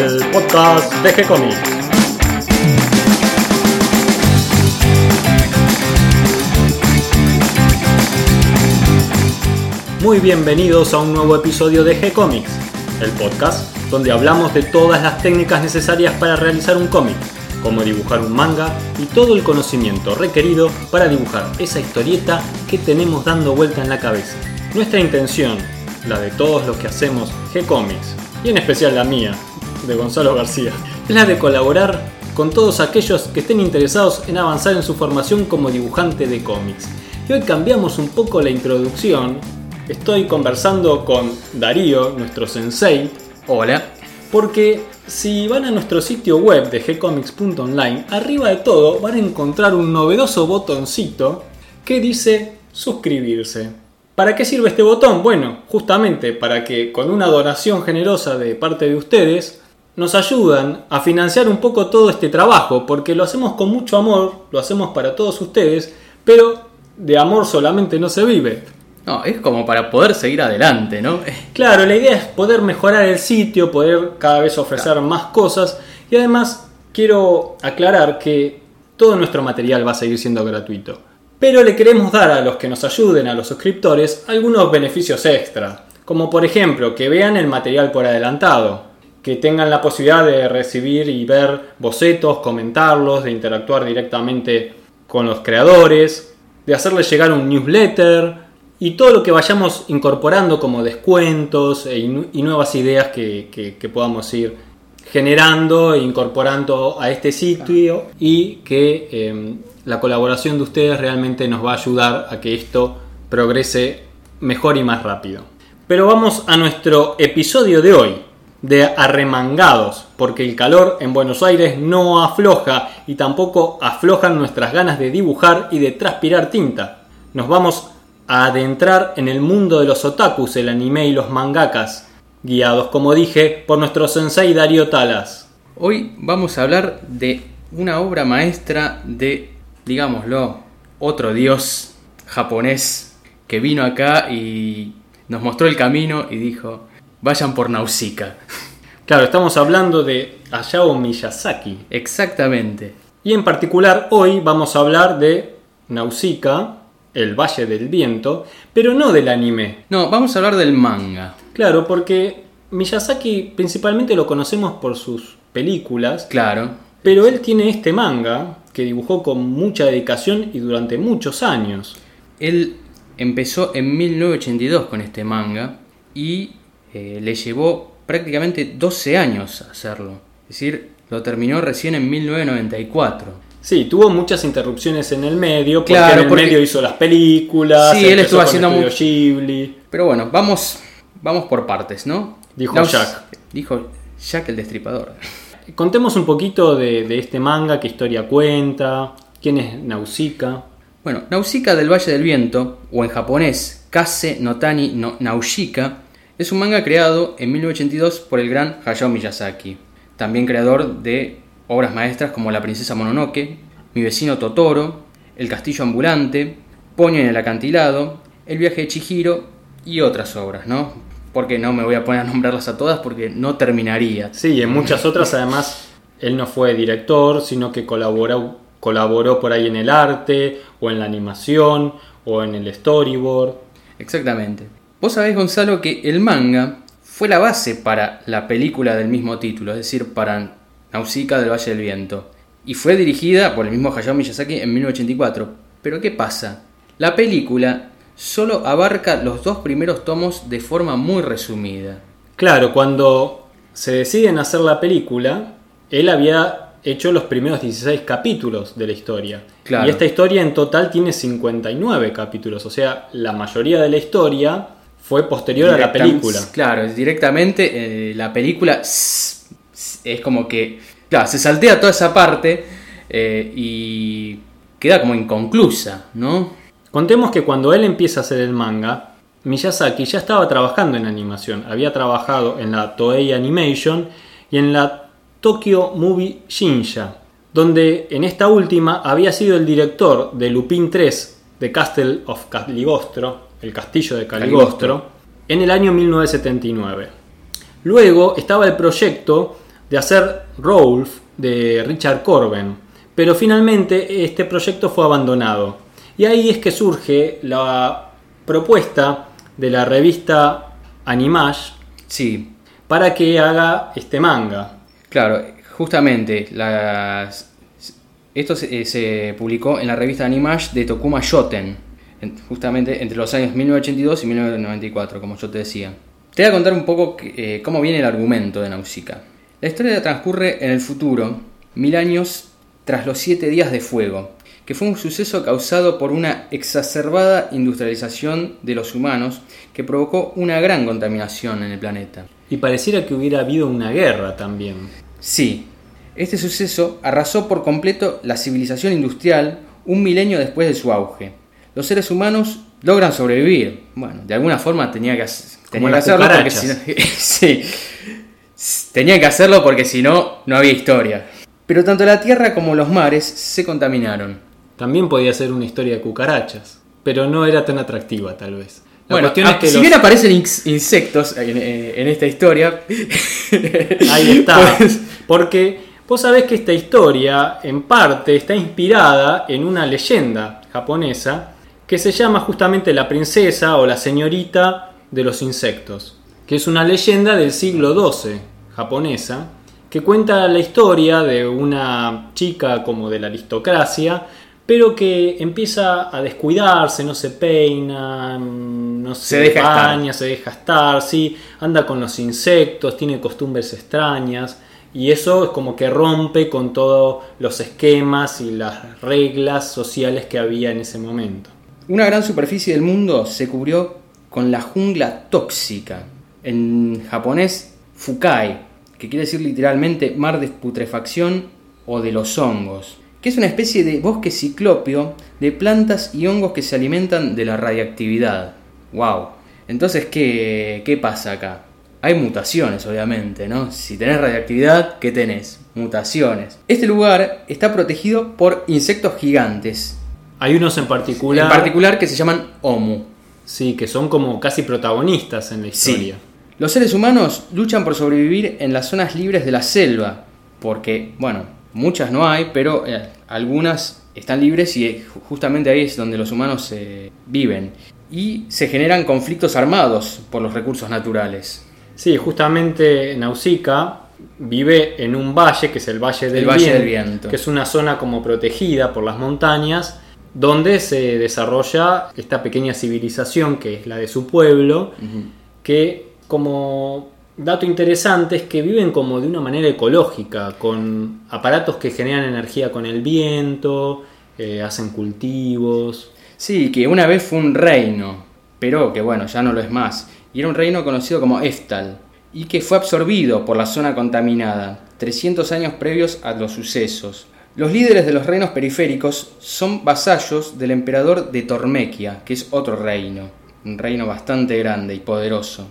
al podcast de G-Comics. Muy bienvenidos a un nuevo episodio de G-Comics, el podcast donde hablamos de todas las técnicas necesarias para realizar un cómic, cómo dibujar un manga y todo el conocimiento requerido para dibujar esa historieta que tenemos dando vuelta en la cabeza. Nuestra intención, la de todos los que hacemos G-Comics, y en especial la mía, de Gonzalo García, es la de colaborar con todos aquellos que estén interesados en avanzar en su formación como dibujante de cómics. Y hoy cambiamos un poco la introducción. Estoy conversando con Darío, nuestro sensei. Hola. Porque si van a nuestro sitio web de gcomics.online, arriba de todo van a encontrar un novedoso botoncito que dice suscribirse. ¿Para qué sirve este botón? Bueno, justamente para que con una donación generosa de parte de ustedes nos ayudan a financiar un poco todo este trabajo, porque lo hacemos con mucho amor, lo hacemos para todos ustedes, pero de amor solamente no se vive. No, es como para poder seguir adelante, ¿no? Claro, la idea es poder mejorar el sitio, poder cada vez ofrecer más cosas, y además quiero aclarar que todo nuestro material va a seguir siendo gratuito. Pero le queremos dar a los que nos ayuden, a los suscriptores, algunos beneficios extra, como por ejemplo que vean el material por adelantado, que tengan la posibilidad de recibir y ver bocetos, comentarlos, de interactuar directamente con los creadores, de hacerles llegar un newsletter y todo lo que vayamos incorporando como descuentos y nuevas ideas que podamos ir generando e incorporando a este sitio, y que la colaboración de ustedes realmente nos va a ayudar a que esto progrese mejor y más rápido. Pero vamos a nuestro episodio de hoy, de Arremangados, porque el calor en Buenos Aires no afloja y tampoco aflojan nuestras ganas de dibujar y de transpirar tinta. Nos vamos a adentrar en el mundo de los otakus, el anime y los mangakas, guiados, como dije, por nuestro sensei Darío Talas. Hoy vamos a hablar de una obra maestra de, digámoslo, otro dios japonés que vino acá y nos mostró el camino y dijo: vayan por Nausicaa. Claro, estamos hablando de Hayao Miyazaki. Exactamente. Y en particular hoy vamos a hablar de Nausicaa, el Valle del Viento, pero no del anime. No, vamos a hablar del manga. Claro, porque Miyazaki principalmente lo conocemos por sus películas. Claro. Pero él tiene este manga que dibujó con mucha dedicación y durante muchos años. Él empezó en 1982 con este manga y le llevó prácticamente 12 años hacerlo. Es decir, lo terminó recién en 1994. Sí, tuvo muchas interrupciones en el medio, porque claro, en el medio hizo las películas. Sí, él estuvo haciendo mucho Ghibli. Pero bueno, vamos por partes, ¿no? Dijo Jack el Destripador. Contemos un poquito de este manga, qué historia cuenta, quién es Nausicaa. Bueno, Nausicaa del Valle del Viento, o en japonés Kase no Tani no Nausicaa, es un manga creado en 1982 por el gran Hayao Miyazaki, también creador de obras maestras como La princesa Mononoke, Mi vecino Totoro, El castillo ambulante, Ponyo en el acantilado, El viaje de Chihiro y otras obras, ¿no? Porque no me voy a poner a nombrarlas a todas porque no terminaría. Sí, en muchas otras además él no fue director, sino que colaboró por ahí en el arte, o en la animación, o en el storyboard. Exactamente. Vos sabés, Gonzalo, que el manga fue la base para la película del mismo título, es decir, para Nausicaa del Valle del Viento. Y fue dirigida por el mismo Hayao Miyazaki en 1984. Pero ¿qué pasa? La película solo abarca los 2 primeros tomos de forma muy resumida. Claro, cuando se deciden hacer la película, él había hecho los primeros 16 capítulos de la historia. Claro. Y esta historia en total tiene 59 capítulos, o sea, la mayoría de la historia fue posterior a la película. Claro, directamente la película es como que, claro, se saltea toda esa parte y queda como inconclusa, ¿no? Contemos que cuando él empieza a hacer el manga, Miyazaki ya estaba trabajando en animación. Había trabajado en la Toei Animation y en la Tokyo Movie Shinsha, donde en esta última había sido el director de Lupin III, The Castle of Cagliostro, el castillo de Cagliostro, en el año 1979. Luego estaba el proyecto de hacer Rolf de Richard Corben, pero finalmente este proyecto fue abandonado. Y ahí es que surge la propuesta de la revista Animage, Sí, para que haga este manga. claro, justamente esto se publicó en la revista Animage de Tokuma Shoten, justamente entre los años 1982 y 1994, como yo te decía. Te voy a contar un poco cómo viene el argumento de Nausicaa. La historia transcurre en el futuro, 1000 años tras los 7 días de fuego, que fue un suceso causado por una exacerbada industrialización de los humanos que provocó una gran contaminación en el planeta. Y pareciera que hubiera habido una guerra también. Sí, este suceso arrasó por completo la civilización industrial un milenio después de su auge. Los seres humanos logran sobrevivir. Bueno, de alguna forma tenía que hacerlo porque si no, sí, tenía que hacerlo porque si no, no había historia. Pero tanto la tierra como los mares se contaminaron. También podía ser una historia de cucarachas, pero no era tan atractiva tal vez. La Bueno, cuestión es que si bien aparecen insectos en esta historia, ahí está, pues, porque vos sabés que esta historia en parte está inspirada en una leyenda japonesa que se llama justamente La princesa o la señorita de los insectos, que es una leyenda del siglo XII japonesa que cuenta la historia de una chica como de la aristocracia, pero que empieza a descuidarse, no se peina, no se baña, se deja estar, sí, anda con los insectos, tiene costumbres extrañas, y eso es como que rompe con todos los esquemas y las reglas sociales que había en ese momento. una gran superficie del mundo se cubrió con la jungla tóxica, en japonés Fukai, que quiere decir literalmente mar de putrefacción o de los hongos, que es una especie de bosque ciclópeo de plantas y hongos que se alimentan de la radiactividad. ¡Wow! Entonces, ¿qué pasa acá? Hay mutaciones, obviamente, ¿no? Si tenés radiactividad, ¿qué tenés? Mutaciones. Este lugar está protegido por insectos gigantes. Hay unos en particular que se llaman Omu. Sí, que son como casi protagonistas en la historia. Sí. Los seres humanos luchan por sobrevivir en las zonas libres de la selva, porque, bueno, muchas no hay, pero algunas están libres y justamente ahí es donde los humanos viven. Y se generan conflictos armados por los recursos naturales. Sí, justamente Nausicaa vive en un valle, que es el Valle del Viento, que es una zona como protegida por las montañas, donde se desarrolla esta pequeña civilización que es la de su pueblo, que como dato interesante es que viven como de una manera ecológica, con aparatos que generan energía con el viento, hacen cultivos. Sí, que una vez fue un reino, pero que bueno, ya no lo es más. Y era un reino conocido como Eftal, y que fue absorbido por la zona contaminada, 300 años previos a los sucesos. Los líderes de los reinos periféricos son vasallos del emperador de Tormequia, que es otro reino, un reino bastante grande y poderoso.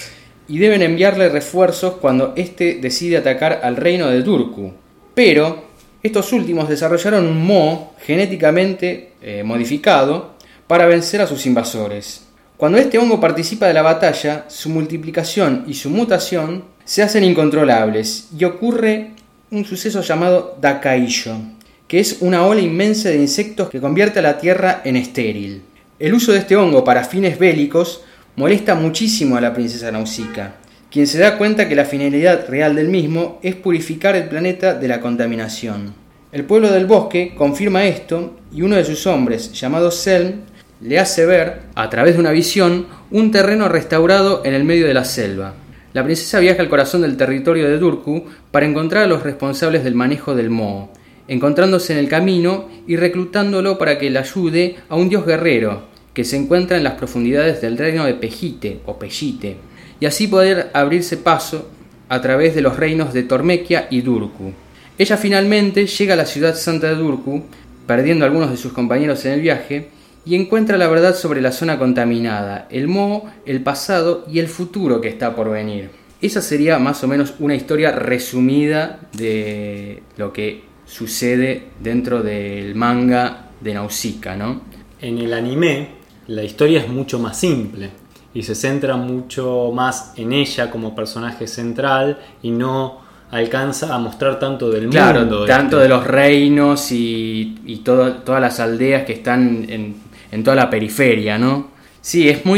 Y deben enviarle refuerzos cuando éste decide atacar al reino de Turku. Pero estos últimos desarrollaron un Mo genéticamente modificado para vencer a sus invasores. Cuando este hongo participa de la batalla, su multiplicación y su mutación se hacen incontrolables y ocurre un suceso llamado Dakaisho, que es una ola inmensa de insectos que convierte a la tierra en estéril. El uso de este hongo para fines bélicos molesta muchísimo a la princesa Nausicaa, quien se da cuenta que la finalidad real del mismo es purificar el planeta de la contaminación. El pueblo del bosque confirma esto y uno de sus hombres, llamado Selm, le hace ver, a través de una visión, un terreno restaurado en el medio de la selva. La princesa viaja al corazón del territorio de Turku para encontrar a los responsables del manejo del moho, encontrándose en el camino y reclutándolo para que le ayude a un dios guerrero que se encuentra en las profundidades del reino de Pejite o Pellite, y así poder abrirse paso a través de los reinos de Tormequia y Turku. Ella finalmente llega a la ciudad santa de Turku, perdiendo a algunos de sus compañeros en el viaje, y encuentra la verdad sobre la zona contaminada, el moho, el pasado y el futuro que está por venir. Esa sería más o menos una historia resumida de lo que sucede dentro del manga de Nausicaa, ¿no? En el anime, la historia es mucho más simple y se centra mucho más en ella como personaje central y no alcanza a mostrar tanto del Claro, mundo. tanto de los reinos y todas las aldeas que están en toda la periferia, ¿no? Sí, es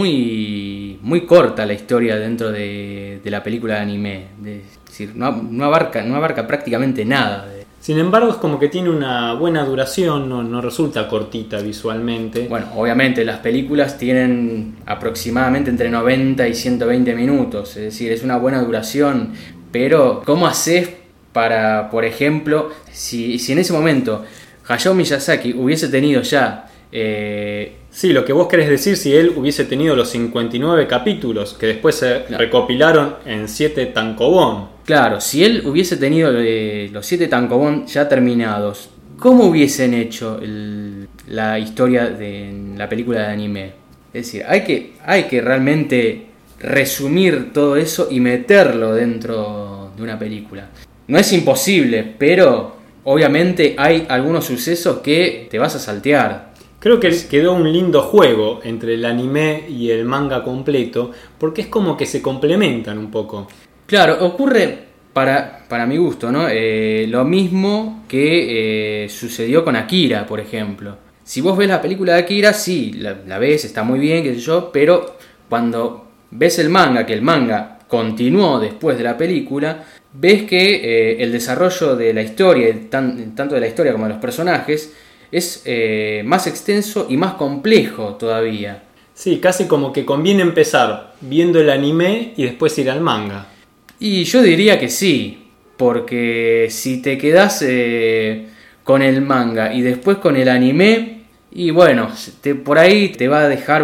muy corta la historia dentro de la película de anime. Es decir, no abarca prácticamente nada. Sin embargo, es como que tiene una buena duración, no resulta cortita visualmente. Bueno, obviamente las películas tienen aproximadamente entre 90 y 120 minutos, es decir, es una buena duración, pero ¿cómo haces para, por ejemplo, si en ese momento Hayao Miyazaki hubiese tenido ya... Sí, lo que vos querés decir, si él hubiese tenido los 59 capítulos que después se recopilaron en 7 tankobon. Claro, si él hubiese tenido los 7 tankobon ya terminados, ¿cómo hubiesen hecho la historia de la película de anime? Es decir, hay que realmente resumir todo eso y meterlo dentro de una película. No es imposible, pero obviamente hay algunos sucesos que te vas a saltear. Creo que quedó un lindo juego entre el anime y el manga completo, porque es como que se complementan un poco. Claro, ocurre para mi gusto, ¿no? Lo mismo que sucedió con Akira, por ejemplo. Si vos ves la película de Akira, sí, la ves, está muy bien, qué sé yo, pero cuando ves el manga, que el manga continuó después de la película, ves que el desarrollo de la historia, tanto de la historia como de los personajes, es más extenso y más complejo todavía. Sí, casi como que conviene empezar viendo el anime y después ir al manga. Y yo diría que sí, porque si te quedás con el manga y después con el anime, y bueno, por ahí te va a dejar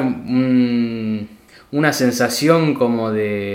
una sensación como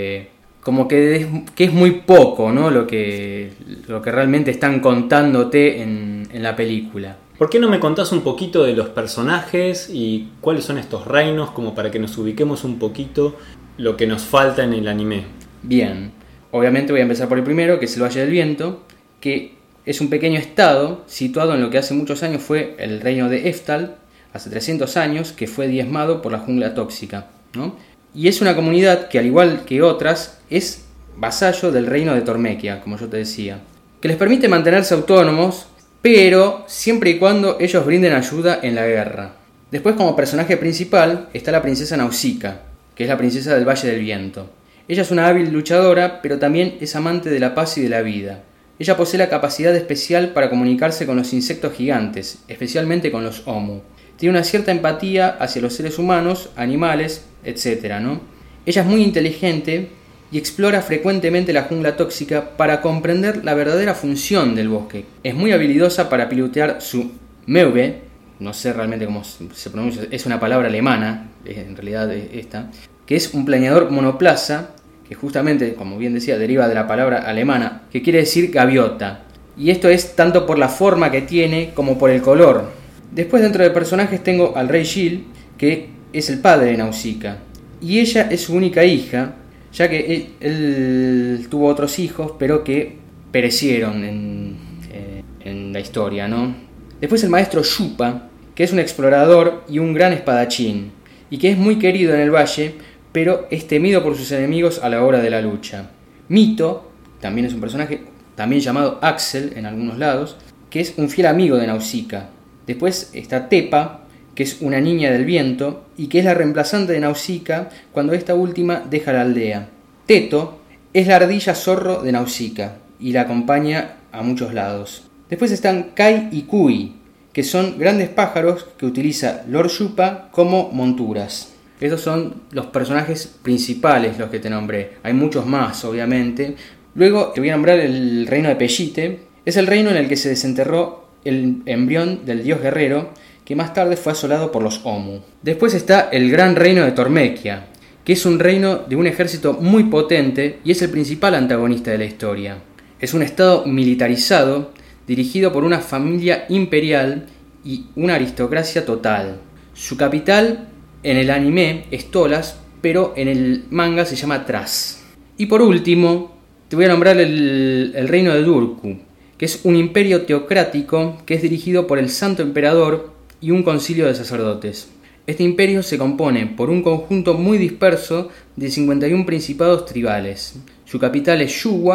que es muy poco, ¿no? Lo que realmente están contándote en la película. ¿Por qué no me contás un poquito de los personajes y cuáles son estos reinos, como para que nos ubiquemos un poquito lo que nos falta en el anime? Bien, obviamente voy a empezar por el primero, que es el Valle del Viento, que es un pequeño estado situado en lo que hace muchos años fue el reino de Eftal, hace 300 años, que fue diezmado por la jungla tóxica, ¿no? Y es una comunidad que, al igual que otras, es vasallo del reino de Tormekia, como yo te decía, que les permite mantenerse autónomos, pero siempre y cuando ellos brinden ayuda en la guerra. Después, como personaje principal, está la princesa Nausicaa, que es la princesa del Valle del Viento. Ella es una hábil luchadora, pero también es amante de la paz y de la vida. Ella posee la capacidad especial para comunicarse con los insectos gigantes, especialmente con los Omu. Tiene una cierta empatía hacia los seres humanos, animales, etc., ¿no? Ella es muy inteligente y explora frecuentemente la jungla tóxica para comprender la verdadera función del bosque. Es muy habilidosa para pilotear su Meube, no sé realmente cómo se pronuncia, es una palabra alemana, en realidad esta, que es un planeador monoplaza, que justamente, como bien decía, deriva de la palabra alemana, que quiere decir gaviota. Y esto es tanto por la forma que tiene como por el color. Después, dentro de personajes, tengo al rey Gil, que es el padre de Nausicaa. Y ella es su única hija, ya que él tuvo otros hijos, pero que perecieron en la historia, ¿no? Después el maestro Yupa, que es un explorador y un gran espadachín, y que es muy querido en el valle, pero es temido por sus enemigos a la hora de la lucha. Mito, también es un personaje, también llamado Axel en algunos lados, que es un fiel amigo de Nausicaa. Después está Tepa, que es una niña del viento y que es la reemplazante de Nausicaa cuando esta última deja la aldea. Teto es la ardilla zorro de Nausicaa y la acompaña a muchos lados. Después están Kai y Kui, que son grandes pájaros que utiliza Lord Yupa como monturas. Estos son los personajes principales, los que te nombré. Hay muchos más, obviamente. Luego te voy a nombrar el reino de Pellite. Es el reino en el que se desenterró el embrión del dios guerrero, que más tarde fue asolado por los Omu. Después está el gran reino de Tormekia, que es un reino de un ejército muy potente y es el principal antagonista de la historia. Es un estado militarizado, dirigido por una familia imperial y una aristocracia total. Su capital en el anime es Tolas, pero en el manga se llama Tras. Y por último, te voy a nombrar el reino de Durku, que es un imperio teocrático que es dirigido por el Santo Emperador y un concilio de sacerdotes. Este imperio se compone por un conjunto muy disperso de 51 principados tribales. Su capital es Yuwa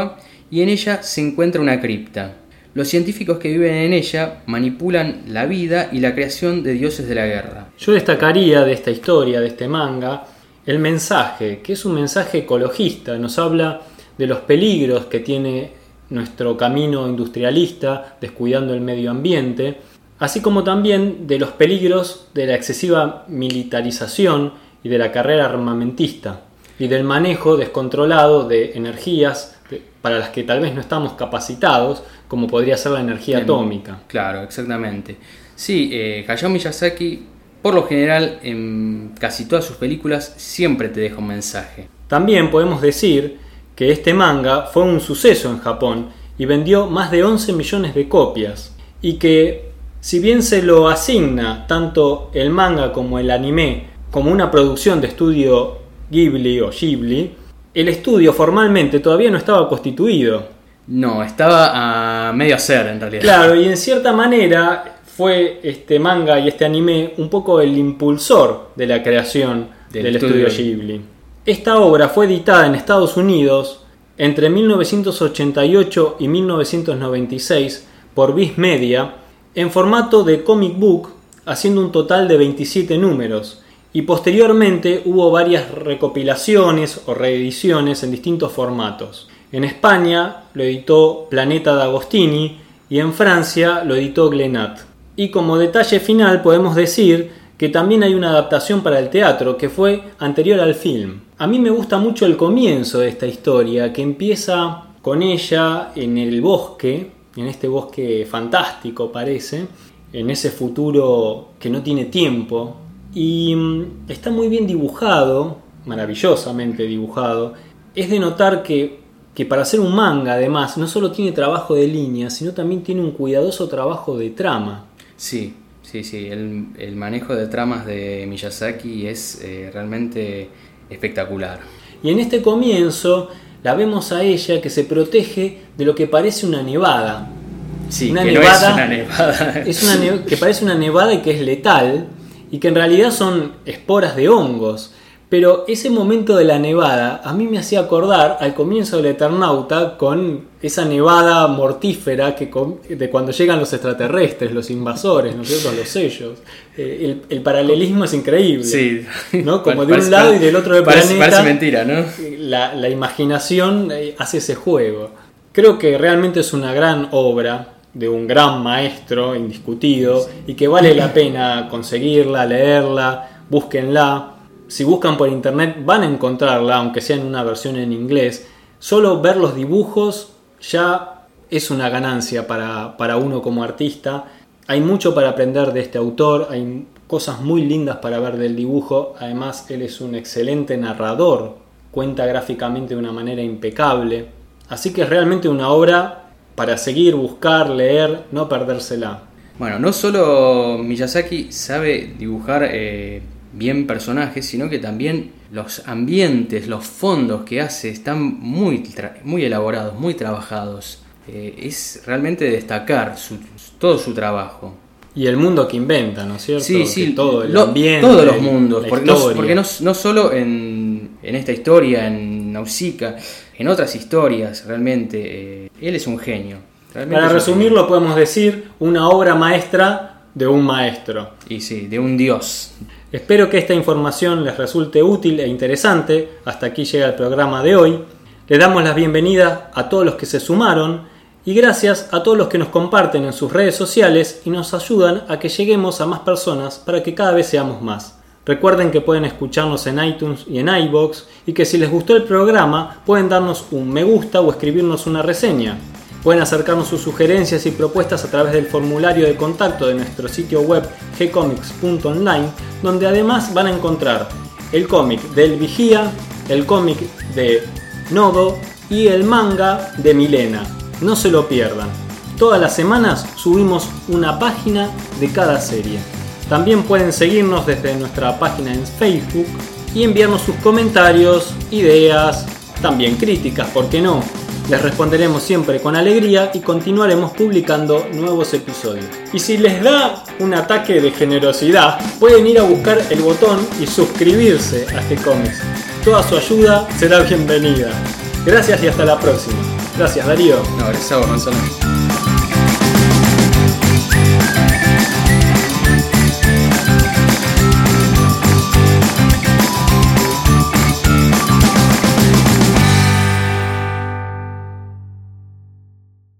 y en ella se encuentra una cripta. Los científicos que viven en ella manipulan la vida y la creación de dioses de la guerra. Yo destacaría de esta historia, de este manga, el mensaje, que es un mensaje ecologista. Nos habla de los peligros que tiene nuestro camino industrialista, descuidando el medio ambiente, así como también de los peligros de la excesiva militarización y de la carrera armamentista, y del manejo descontrolado de energías para las que tal vez no estamos capacitados, como podría ser la energía atómica. Claro, exactamente. Sí, Hayao Miyazaki, por lo general, en casi todas sus películas, siempre te deja un mensaje. También podemos decir que este manga fue un suceso en Japón y vendió más de 11 millones de copias, y que, si bien se lo asigna tanto el manga como el anime como una producción de estudio Ghibli o Ghibli, el estudio formalmente todavía no estaba constituido. No, estaba a medio hacer en realidad. Claro, y en cierta manera fue este manga y este anime un poco el impulsor de la creación del estudio Ghibli. Esta obra fue editada en Estados Unidos entre 1988 y 1996 por Viz Media en formato de comic book, haciendo un total de 27 números. Y posteriormente hubo varias recopilaciones o reediciones en distintos formatos. En España lo editó Planeta D'Agostini y en Francia lo editó Glénat. Y como detalle final podemos decir que también hay una adaptación para el teatro que fue anterior al film. A mí me gusta mucho el comienzo de esta historia, que empieza con ella en el bosque, en este bosque fantástico parece, en ese futuro que no tiene tiempo. Y está muy bien dibujado, maravillosamente dibujado. Es de notar que para hacer un manga, además, no solo tiene trabajo de línea, sino también tiene un cuidadoso trabajo de trama. Sí. El manejo de tramas de Miyazaki es realmente espectacular. Y en este comienzo la vemos a ella que se protege de lo que parece una nevada. Sí, una nevada, no es una nevada. Que parece una nevada y que es letal, y que en realidad son esporas de hongos. Pero ese momento de la nevada a mí me hacía acordar al comienzo del Eternauta, con esa nevada mortífera de cuando llegan los extraterrestres, los invasores, ¿no es cierto? Los sellos. El paralelismo es increíble. Sí. ¿No? Como de un lado y del otro del planeta. Parece mentira, ¿no? La imaginación hace ese juego. Creo que realmente es una gran obra de un gran maestro indiscutido, y que vale la pena conseguirla, leerla, búsquenla. Si buscan por internet van a encontrarla, aunque sea en una versión en inglés. Solo ver los dibujos ya es una ganancia para uno como artista. Hay mucho para aprender de este autor, hay cosas muy lindas para ver del dibujo. Además, él es un excelente narrador, cuenta gráficamente de una manera impecable. Así que es realmente una obra para seguir, buscar, leer, no perdérsela. Bueno, no solo Miyazaki sabe dibujar bien personajes, sino que también los ambientes, los fondos que hace están muy elaborados, muy trabajados. Es realmente destacar todo su trabajo. Y el mundo que inventa, ¿no es cierto? Sí, todo el ambiente, todos los mundos, porque no solo en esta historia, en Nausicaa, en otras historias, realmente, él es un genio. Para resumirlo, podemos decir una obra maestra de un maestro. Y sí, de un dios. Espero que esta información les resulte útil e interesante. Hasta aquí llega el programa de hoy. Le damos la bienvenida a todos los que se sumaron y gracias a todos los que nos comparten en sus redes sociales y nos ayudan a que lleguemos a más personas para que cada vez seamos más. Recuerden que pueden escucharnos en iTunes y en iVoox, y que si les gustó el programa pueden darnos un me gusta o escribirnos una reseña. Pueden acercarnos sus sugerencias y propuestas a través del formulario de contacto de nuestro sitio web gcomics.online, donde además van a encontrar el cómic del Vigía, el cómic de Nodo y el manga de Milena. No se lo pierdan. Todas las semanas subimos una página de cada serie. También pueden seguirnos desde nuestra página en Facebook y enviarnos sus comentarios, ideas, también críticas, ¿por qué no? Les responderemos siempre con alegría y continuaremos publicando nuevos episodios. Y si les da un ataque de generosidad, pueden ir a buscar el botón y suscribirse a Gcomics. Toda su ayuda será bienvenida. Gracias y hasta la próxima. Gracias, Darío. No, gracias a vos, Gonzalo.